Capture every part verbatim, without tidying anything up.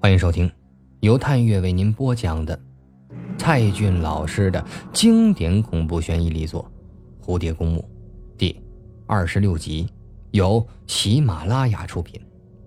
欢迎收听由探月为您播讲的蔡骏老师的经典恐怖悬疑力作《蝴蝶公墓》第二十六集，由喜马拉雅出品。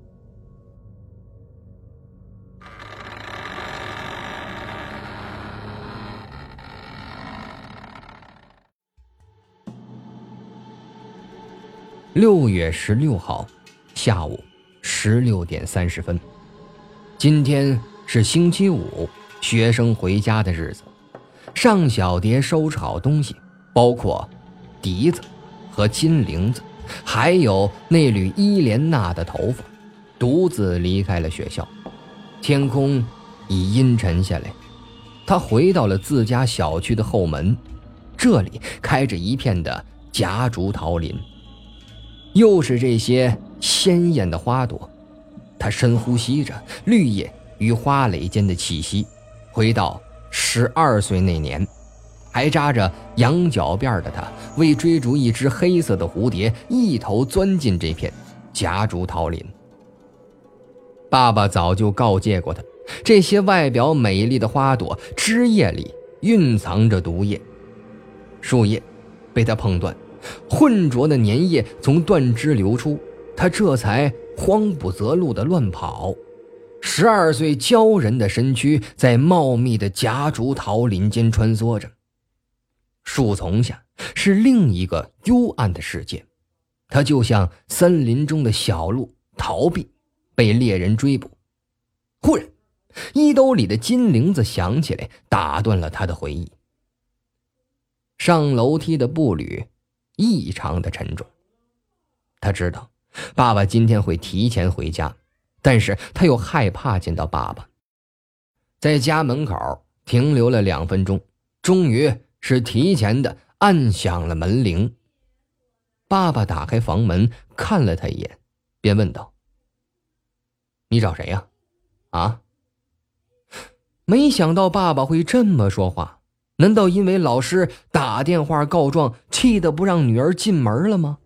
六月十六号下午十六点三十分，今天是星期五，学生回家的日子。尚小蝶收拾好东西，包括笛子和金铃子，还有那缕伊莲娜的头发，独自离开了学校。天空已阴沉下来，她回到了自家小区的后门，这里开着一片的夹竹桃林，又是这些鲜艳的花朵。她深呼吸着绿叶与花蕾间的气息，回到十二岁那年，还扎着羊角辫的她，为追逐一只黑色的蝴蝶，一头钻进这片夹竹桃林。爸爸早就告诫过她，这些外表美丽的花朵枝叶里蕴藏着毒液，树叶被她碰断，浑浊的粘液从断枝流出，她这才慌不择路地乱跑。十二岁娇人的身躯在茂密的夹竹桃林间穿梭着，树丛下是另一个幽暗的世界，它就像森林中的小鹿逃避被猎人追捕。忽然，衣兜里的金铃子响起来，打断了他的回忆。上楼梯的步履异常的沉重，他知道爸爸今天会提前回家，但是他又害怕见到爸爸。在家门口停留了两分钟，终于是提前的按响了门铃。爸爸打开房门看了他一眼，便问道：你找谁呀？啊？没想到爸爸会这么说话，难道因为老师打电话告状，气得不让女儿进门了吗？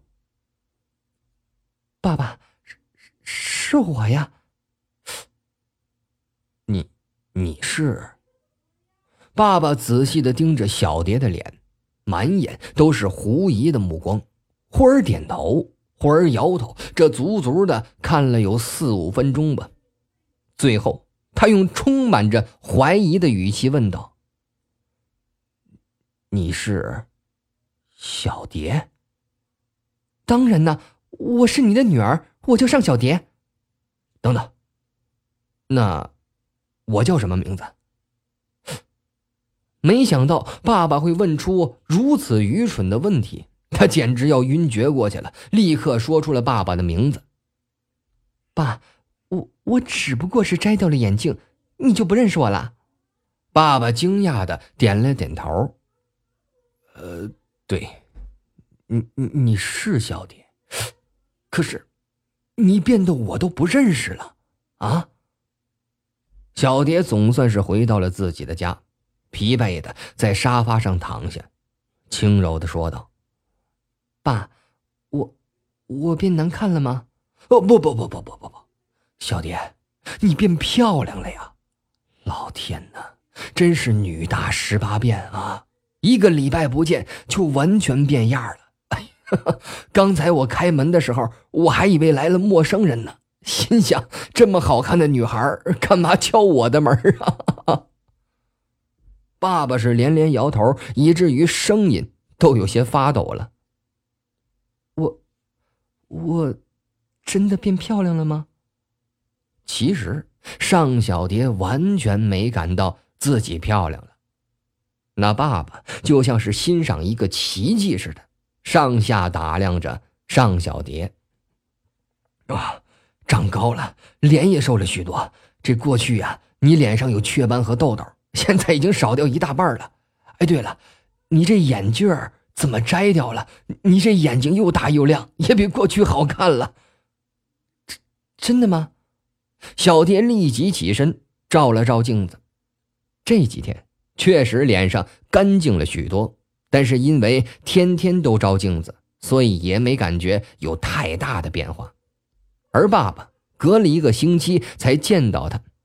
爸爸，是是我呀。你你是？爸爸仔细地盯着小蝶的脸，满眼都是狐疑的目光，忽而点头，忽而摇头，这足足的看了有四五分钟吧。最后他用充满着怀疑的语气问道：你是小蝶？当然呢，我是你的女儿，我叫尚小蝶。等等，那我叫什么名字？没想到爸爸会问出如此愚蠢的问题，他简直要晕厥过去了，立刻说出了爸爸的名字。爸，我我只不过是摘掉了眼镜，你就不认识我了？爸爸惊讶的点了点头。呃，对，你你你是小蝶，可是你变得我都不认识了啊！小蝶总算是回到了自己的家，疲惫的在沙发上躺下，轻柔的说道：爸，我我变难看了吗？哦，不不不不不不不，小蝶，你变漂亮了呀！老天哪，真是女大十八变啊！一个礼拜不见就完全变样了。哎呀，刚才我开门的时候，我还以为来了陌生人呢，心想这么好看的女孩干嘛敲我的门啊？爸爸是连连摇头，以至于声音都有些发抖了。我我真的变漂亮了吗？其实尚小蝶完全没感到自己漂亮了，那爸爸就像是欣赏一个奇迹似的，上下打量着尚小蝶。啊，长高了，脸也瘦了许多。这过去呀、啊，你脸上有雀斑和痘痘，现在已经少掉一大半了。哎，对了，你这眼镜儿怎么摘掉了？你这眼睛又大又亮，也比过去好看了。真的吗？小蝶立即起身照了照镜子，这几天确实脸上干净了许多，但是因为天天都照镜子，所以也没感觉有太大的变化。而爸爸隔了一个星期才见到他，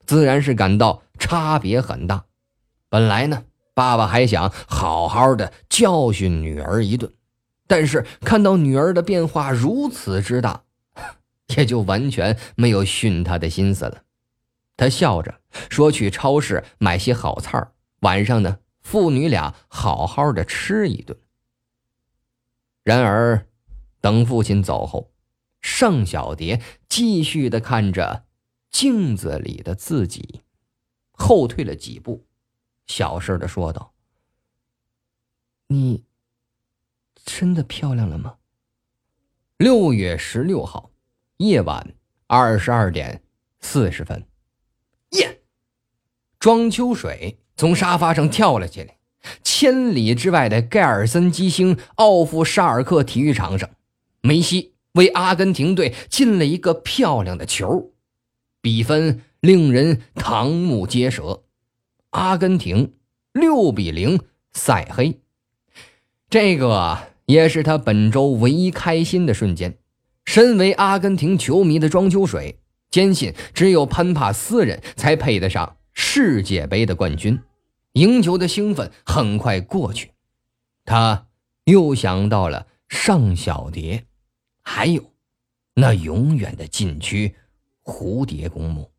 自然是感到差别很大。本来呢，爸爸还想好好的教训女儿一顿，但是看到女儿的变化如此之大，也就完全没有训她的心思了。他笑着说去超市买些好菜，晚上呢，父女俩好好的吃一顿。然而等父亲走后，尚小蝶继续的看着镜子里的自己，后退了几步，小声的说道：你真的漂亮了吗？六月十六号夜晚二十二点四十分，耶！庄秋水从沙发上跳了起来。千里之外的盖尔森基兴奥夫沙尔克体育场上，梅西为阿根廷队进了一个漂亮的球，比分令人瞠目结舌，阿根廷六比零赛黑。这个也是他本周唯一开心的瞬间。身为阿根廷球迷的庄秋水坚信只有潘帕斯人才配得上世界杯的冠军。赢球的兴奋很快过去，他又想到了尚小蝶，还有那永远的禁区蝴蝶公墓。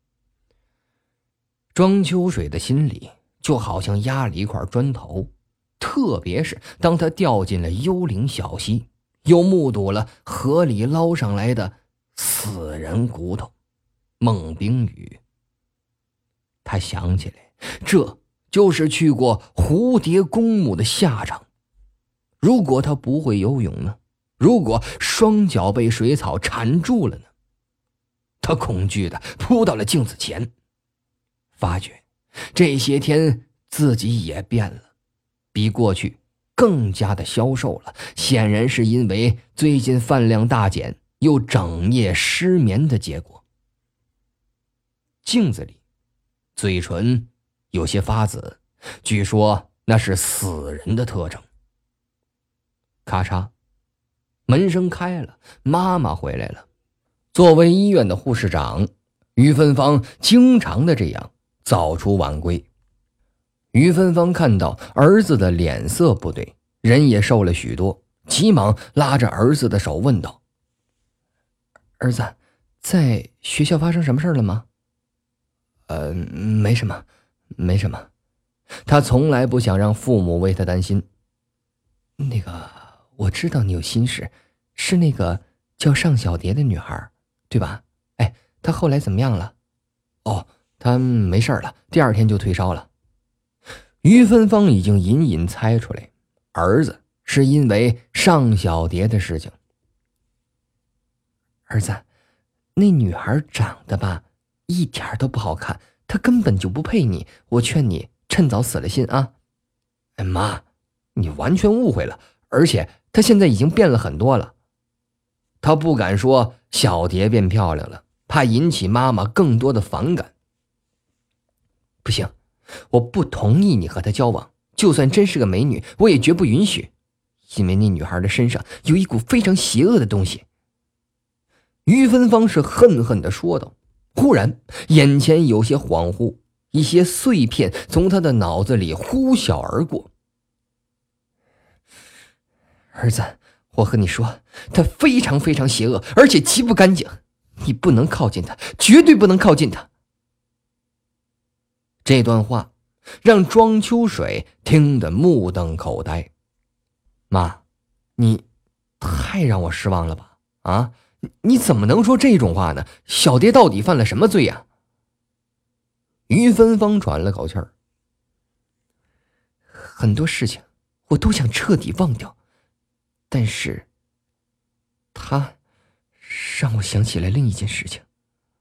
庄秋水的心里就好像压了一块砖头，特别是当他掉进了幽灵小溪，又目睹了河里捞上来的死人骨头孟冰雨。他想起来，这就是去过蝴蝶公墓的下场。如果他不会游泳呢？如果双脚被水草缠住了呢？他恐惧地扑到了镜子前，发觉这些天自己也变了，比过去更加的消瘦了，显然是因为最近饭量大减又整夜失眠的结果。镜子里嘴唇有些发紫，据说那是死人的特征。咔嚓，门声开了，妈妈回来了。作为医院的护士长，于芬芳经常的这样早出晚归。于芬芳看到儿子的脸色不对，人也瘦了许多，急忙拉着儿子的手问道：儿子，在学校发生什么事了吗？呃，没什么没什么。他从来不想让父母为他担心。那个，我知道你有心事，是那个叫尚小蝶的女孩，对吧？哎，她后来怎么样了？哦，她没事了，第二天就退烧了。于芬芳已经隐隐猜出来，儿子是因为尚小蝶的事情。儿子，那女孩长得吧，一点都不好看，她根本就不配你，我劝你趁早死了心啊！哎妈，你完全误会了，而且她现在已经变了很多了。他不敢说小蝶变漂亮了，怕引起妈妈更多的反感。不行，我不同意你和她交往，就算真是个美女，我也绝不允许，因为那女孩的身上有一股非常邪恶的东西。于芬芳是恨恨地说道，忽然眼前有些恍惚，一些碎片从他的脑子里呼啸而过。儿子，我和你说，他非常非常邪恶，而且极不干净，你不能靠近他，绝对不能靠近他。这段话让庄秋水听得目瞪口呆。妈，你太让我失望了吧？啊，你怎么能说这种话呢？小蝶到底犯了什么罪呀？于芬芳喘了口气儿，很多事情我都想彻底忘掉，但是他让我想起了另一件事情。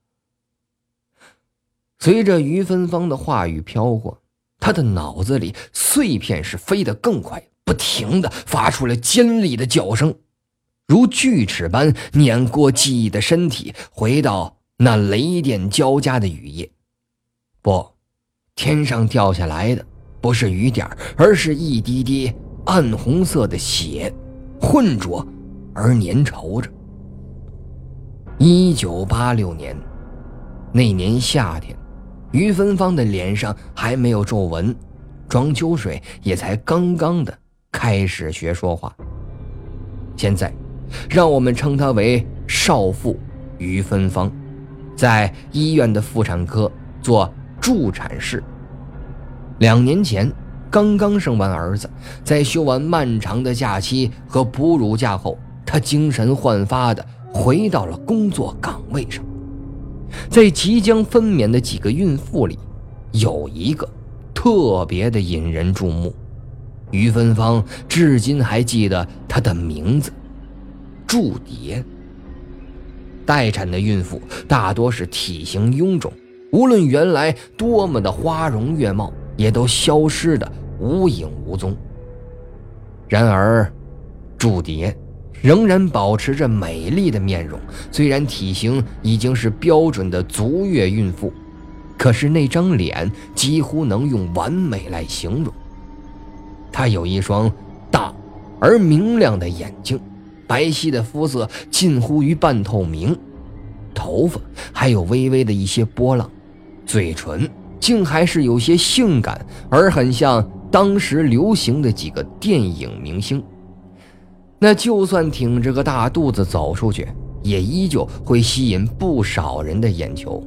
随着于芬芳的话语飘过，他的脑子里碎片是飞得更快，不停地发出了尖利的叫声，如锯齿般碾过记忆的身体，回到那雷电交加的雨夜。不，天上掉下来的不是雨点，而是一滴滴暗红色的血，浑浊而粘稠着。一九八六年那年夏天， 于芬芳的脸上还没有皱纹，庄秋水也才刚刚的开始学说话。现在让我们称她为少妇于芬芳，在医院的妇产科做助产士。两年前刚刚生完儿子，在休完漫长的假期和哺乳假后，她精神焕发的回到了工作岗位上。在即将分娩的几个孕妇里，有一个特别的引人注目，于芬芳至今还记得她的名字，祝蝶。待产的孕妇大多是体型臃肿，无论原来多么的花容月貌，也都消失得无影无踪。然而祝蝶仍然保持着美丽的面容，虽然体型已经是标准的足月孕妇，可是那张脸几乎能用完美来形容。她有一双大而明亮的眼睛，白皙的肤色近乎于半透明，头发还有微微的一些波浪，嘴唇竟还是有些性感，而很像当时流行的几个电影明星。那就算挺着个大肚子走出去，也依旧会吸引不少人的眼球。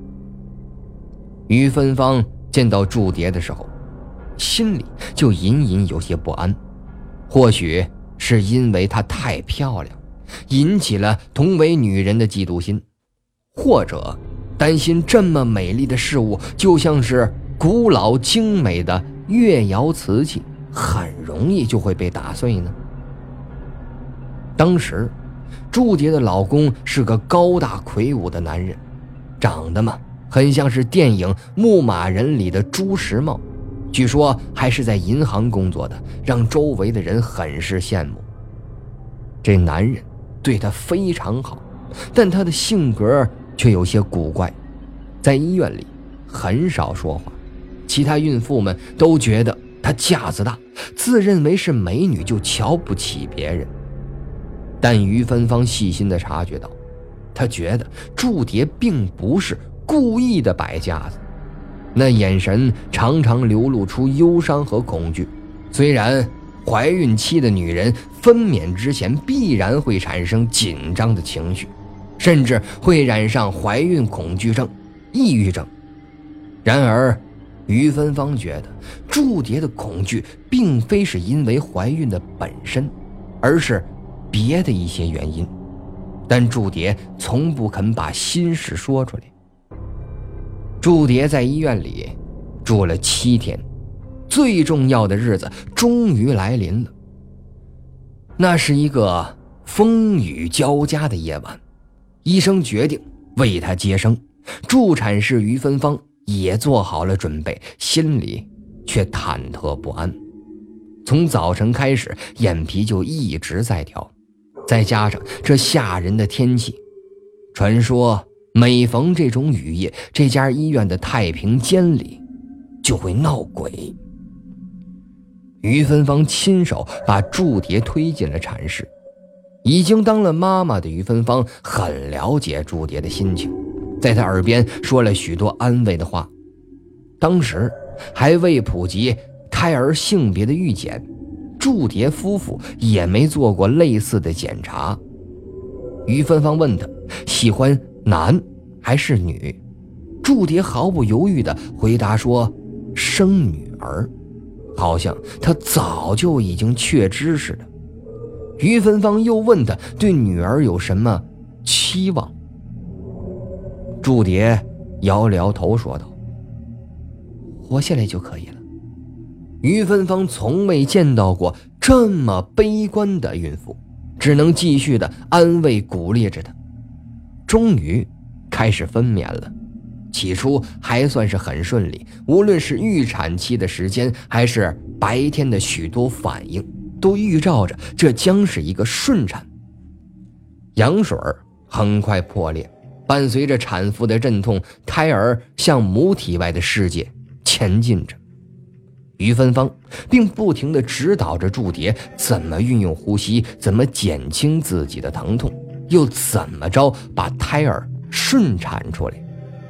于芬芳见到祝蝶的时候，心里就隐隐有些不安，或许是因为她太漂亮，引起了同为女人的嫉妒心，或者担心这么美丽的事物就像是古老精美的越窑瓷器，很容易就会被打碎呢。当时祝蝶的老公是个高大魁梧的男人，长得嘛很像是电影《牧马人》里的朱时茂，据说还是在银行工作的，让周围的人很是羡慕。这男人对她非常好，但他的性格却有些古怪，在医院里很少说话，其他孕妇们都觉得他架子大，自认为是美女就瞧不起别人。但于芬芳细心地察觉到，她觉得祝蝶并不是故意的摆架子，那眼神常常流露出忧伤和恐惧。虽然怀孕期的女人分娩之前必然会产生紧张的情绪，甚至会染上怀孕恐惧症、抑郁症，然而于芬芳觉得祝蝶的恐惧并非是因为怀孕的本身，而是别的一些原因，但祝蝶从不肯把心事说出来。祝蝶在医院里住了七天，最重要的日子终于来临了。那是一个风雨交加的夜晚，医生决定为她接生，助产士于芬芳也做好了准备，心里却忐忑不安。从早晨开始，眼皮就一直在跳，再加上这吓人的天气，传说每逢这种雨夜，这家医院的太平间里就会闹鬼。于芬芳亲手把祝蝶推进了产室，已经当了妈妈的于芬芳很了解祝蝶的心情，在她耳边说了许多安慰的话。当时还未普及胎儿性别的预检，祝蝶夫妇也没做过类似的检查。于芬芳问他喜欢男还是女，祝蝶毫不犹豫地回答说生女儿，好像他早就已经确知似的。于芬芳又问他对女儿有什么期望，祝蝶摇了摇头说道，活下来就可以了。于芬芳从未见到过这么悲观的孕妇，只能继续的安慰鼓励着她。终于开始分娩了，起初还算是很顺利，无论是预产期的时间还是白天的许多反应，都预兆着这将是一个顺产。羊水很快破裂，伴随着产妇的阵痛，胎儿向母体外的世界前进着。于芬芳并不停地指导着祝蝶怎么运用呼吸，怎么减轻自己的疼痛，又怎么着把胎儿顺产出来。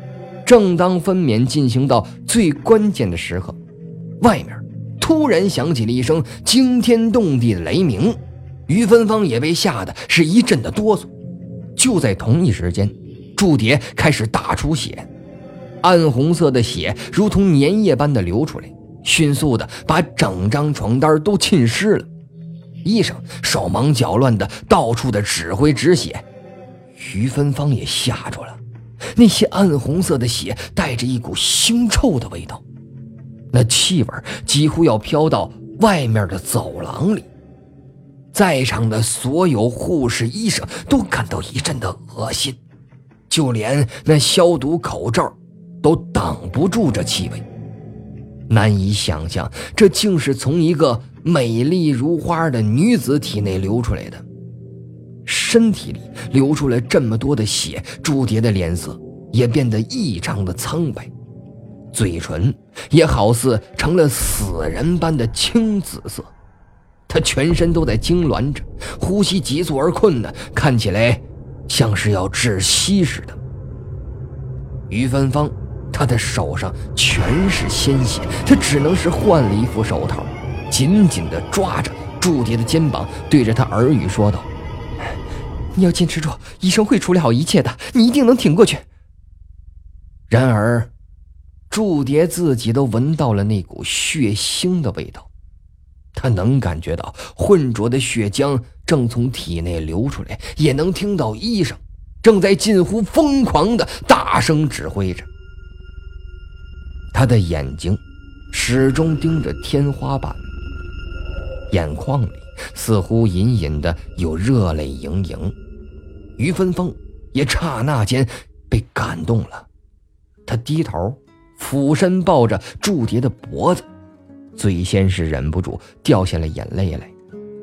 正当分娩进行到最关键的时刻，外面突然响起了一声惊天动地的雷鸣，于芬芳也被吓得是一阵的哆嗦。就在同一时间，祝蝶开始大出血，暗红色的血如同粘液般的流出来，迅速的把整张床单都浸湿了。医生手忙脚乱的到处的指挥止血，于芬芳也吓住了。那些暗红色的血带着一股腥臭的味道，那气味几乎要飘到外面的走廊里。在场的所有护士医生都感到一阵的恶心，就连那消毒口罩都挡不住这气味。难以想象，这竟是从一个美丽如花的女子体内流出来的。身体里流出了这么多的血，祝蝶的脸色也变得异常的苍白，嘴唇也好似成了死人般的青紫色。她全身都在痉挛着，呼吸急促而困难，看起来像是要窒息似的。于芬芳她的手上全是鲜血，她只能是换了一副手套，紧紧地抓着祝蝶的肩膀，对着她耳语说道：你要坚持住，医生会处理好一切的，你一定能挺过去。然而祝蝶自己都闻到了那股血腥的味道，她能感觉到浑浊的血浆正从体内流出来，也能听到医生正在近乎疯狂地大声指挥着。他的眼睛始终盯着天花板，眼眶里似乎隐隐的有热泪盈盈。于芬芳也刹那间被感动了，他低头俯身抱着祝蝶的脖子，最先是忍不住掉下了眼泪来。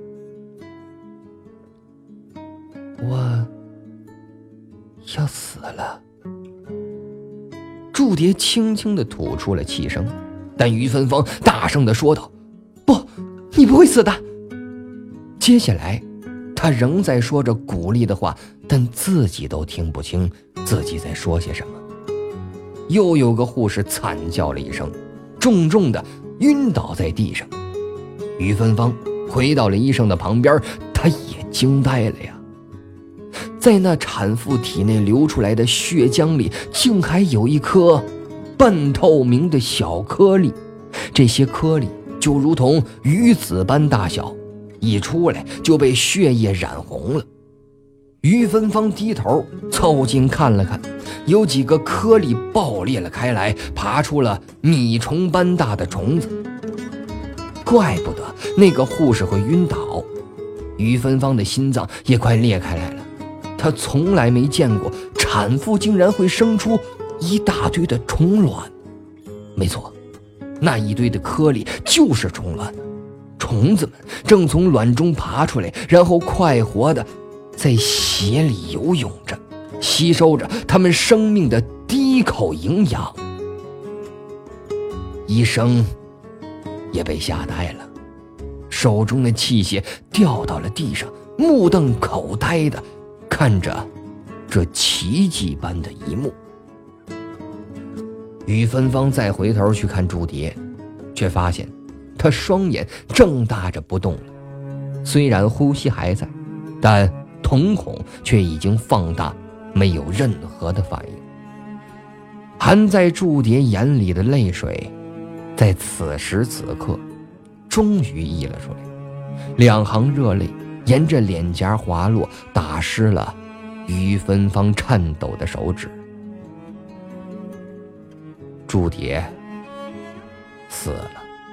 我要死了。祝蝶轻轻地吐出了气声，但于芬芳大声地说道：不，你不会死的。接下来他仍在说着鼓励的话，但自己都听不清自己在说些什么。又有个护士惨叫了一声，重重地晕倒在地上。于芬芳回到了医生的旁边，他也惊呆了呀。在那产妇体内流出来的血浆里，竟还有一颗半透明的小颗粒，这些颗粒就如同鱼子般大小，一出来就被血液染红了。于芬芳低头凑近看了看，有几个颗粒爆裂了开来，爬出了米虫般大的虫子。怪不得那个护士会晕倒，于芬芳的心脏也快裂开来了。她从来没见过产妇竟然会生出一大堆的虫卵。没错，那一堆的颗粒就是虫卵，虫子们正从卵中爬出来，然后快活的在血里游泳着，吸收着它们生命的第一口营养。医生也被吓呆了，手中的器械掉到了地上，目瞪口呆的看着这奇迹般的一幕。于芬芳再回头去看祝蝶，却发现她双眼睁大着不动了，虽然呼吸还在，但瞳孔却已经放大，没有任何的反应。含在祝蝶眼里的泪水在此时此刻终于溢了出来，两行热泪沿着脸颊滑落，打湿了于芬芳颤抖的手指。祝蝶死了。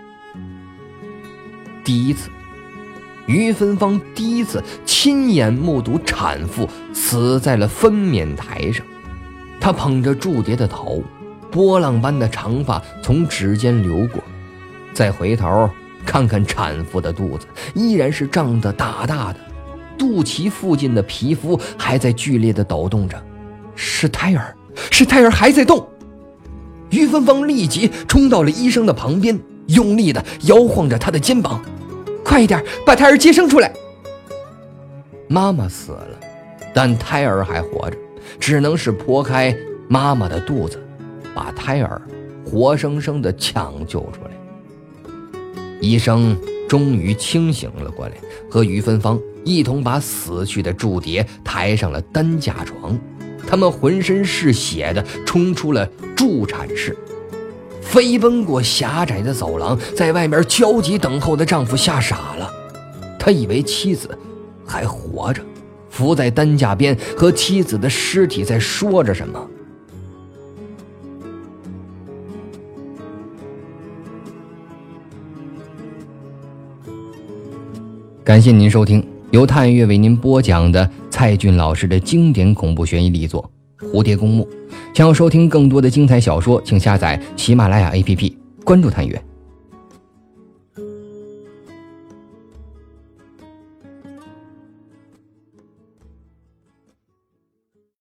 第一次，于芬芳第一次亲眼目睹产妇死在了分娩台上。她捧着祝蝶的头，波浪般的长发从指尖流过，再回头看看产妇的肚子，依然是胀得大大的，肚脐附近的皮肤还在剧烈的抖动着，是胎儿，是胎儿还在动。于芬芳立即冲到了医生的旁边，用力的摇晃着他的肩膀：快一点，把胎儿接生出来。妈妈死了，但胎儿还活着，只能是剖开妈妈的肚子， 把胎儿活生生的抢救出来。医生终于清醒了过来，和于芬芳一同把死去的祝蝶抬上了担架床。他们浑身是血的冲出了助产室，飞奔过狭窄的走廊，在外面焦急等候的丈夫吓傻了。他以为妻子还活着，伏在担架边和妻子的尸体在说着什么。感谢您收听由探月为您播讲的蔡骏老师的经典恐怖悬疑力作《蝴蝶公墓》。想要收听更多的精彩小说，请下载喜马拉雅 A P P， 关注探月。